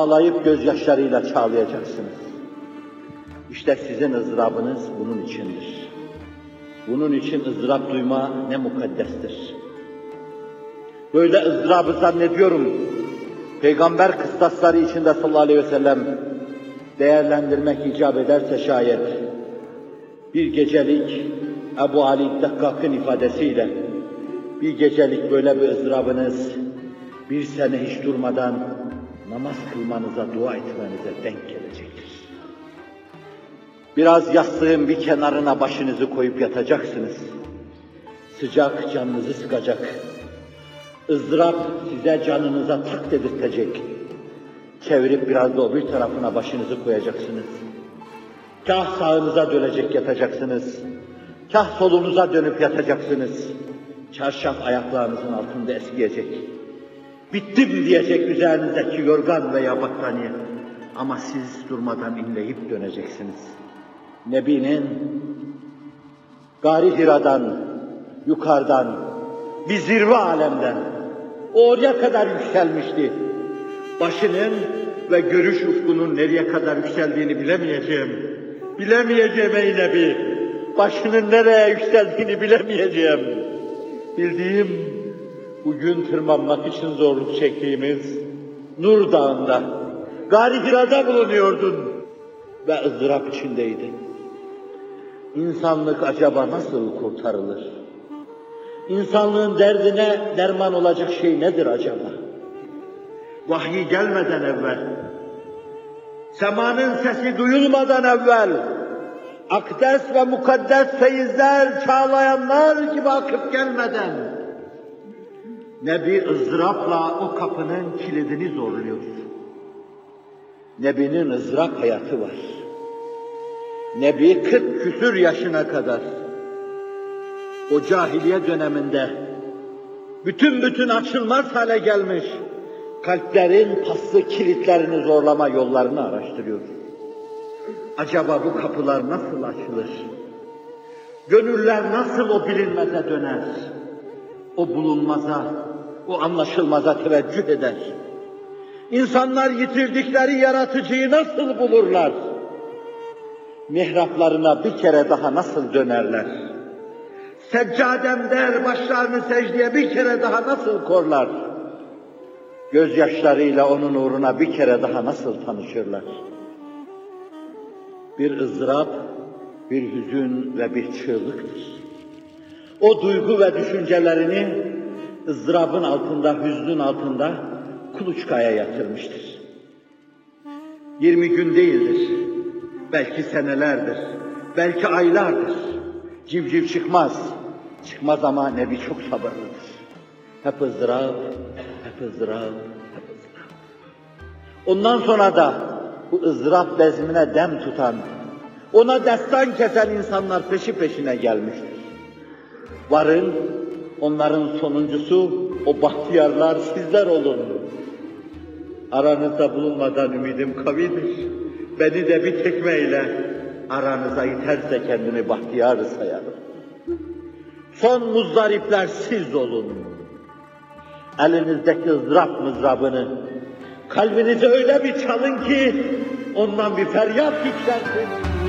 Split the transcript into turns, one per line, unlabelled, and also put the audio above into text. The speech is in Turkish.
ağlayıp gözyaşlarıyla çağlayacaksınız. İşte sizin ızdırabınız bunun içindir. Bunun için ızdırap duyma ne mukaddestir. Böyle ızdırabı zannediyorum, Peygamber kıstasları içinde sallallahu aleyhi ve sellem değerlendirmek icap ederse şayet, bir gecelik Ebu Ali Dekkak'ın ifadesiyle, bir gecelik böyle bir ızdırabınız, bir sene hiç durmadan namaz kılmanıza, dua etmenize denk gelecektir. Biraz yastığın bir kenarına başınızı koyup yatacaksınız. Sıcak canınızı sıkacak. ızdırap size canınıza tak dedirtecek. Çevirip biraz da o bir tarafına başınızı koyacaksınız. Kah sağınıza dönecek yatacaksınız. Kah solunuza dönüp yatacaksınız. Çarşaf ayaklarınızın altında eskiyecek. Bittim diyecek üzerinizdeki yorgan veya battaniye. Ama siz durmadan inleyip döneceksiniz. Nebi'nin Gari Hira'dan, yukarıdan, bir zirve alemden, oraya kadar yükselmişti. Başının ve görüş ufkunun nereye kadar yükseldiğini bilemeyeceğim. Bilemeyeceğim ey Nebi. Başının nereye yükseldiğini bilemeyeceğim. Bildiğim, bugün tırmanmak için zorluk çektiğimiz Nur Dağı'nda, Gari Hira'da bulunuyordun ve ızdırap içindeydin. İnsanlık acaba nasıl kurtarılır? İnsanlığın derdine derman olacak şey nedir acaba? Vahyi gelmeden evvel, semanın sesi duyulmadan evvel, akdes ve mukaddes feyizler, çağlayanlar gibi akıp gelmeden, Nebi ızdırapla o kapının kilidini zorluyor. Nebi'nin ızdırap hayatı var. Nebi 40 küsür yaşına kadar, o cahiliye döneminde, bütün açılmaz hale gelmiş, kalplerin paslı kilitlerini zorlama yollarını araştırıyor. Acaba bu kapılar nasıl açılır? Gönüller nasıl o bilinmeze döner? O bulunmaza, o anlaşılmaza teveccüh eder? İnsanlar yitirdikleri yaratıcıyı nasıl bulurlar? Mihraplarına bir kere daha nasıl dönerler? Seccadem der başlarını secdeye bir kere daha nasıl korlar? Gözyaşlarıyla onun uğruna bir kere daha nasıl tanışırlar? Bir ızdırap, bir hüzün ve bir çığlıktır. O duygu ve düşüncelerini ızdırabın altında, hüznün altında kuluçkaya yatırmıştır. 20 gün değildir, belki senelerdir, belki aylardır. Civciv çıkmaz. Çıkmaz ama Nebi çok sabırlıdır. Hep ızdırap, hep ızdırap, hep ızdırap. Ondan sonra da bu ızdırap bezmine dem tutan, ona destan kesen insanlar peşi peşine gelmiştir. Varın, onların sonuncusu, o bahtiyarlar sizler olun. Aranızda bulunmadan ümidim kavidir. Beni de bir tekmeyle aranıza iterse kendimi bahtiyar sayarım. Son muzdaripler siz olun. Elinizdeki ızdırap mızrabını kalbinize öyle bir çalın ki ondan bir feryat yükselsin.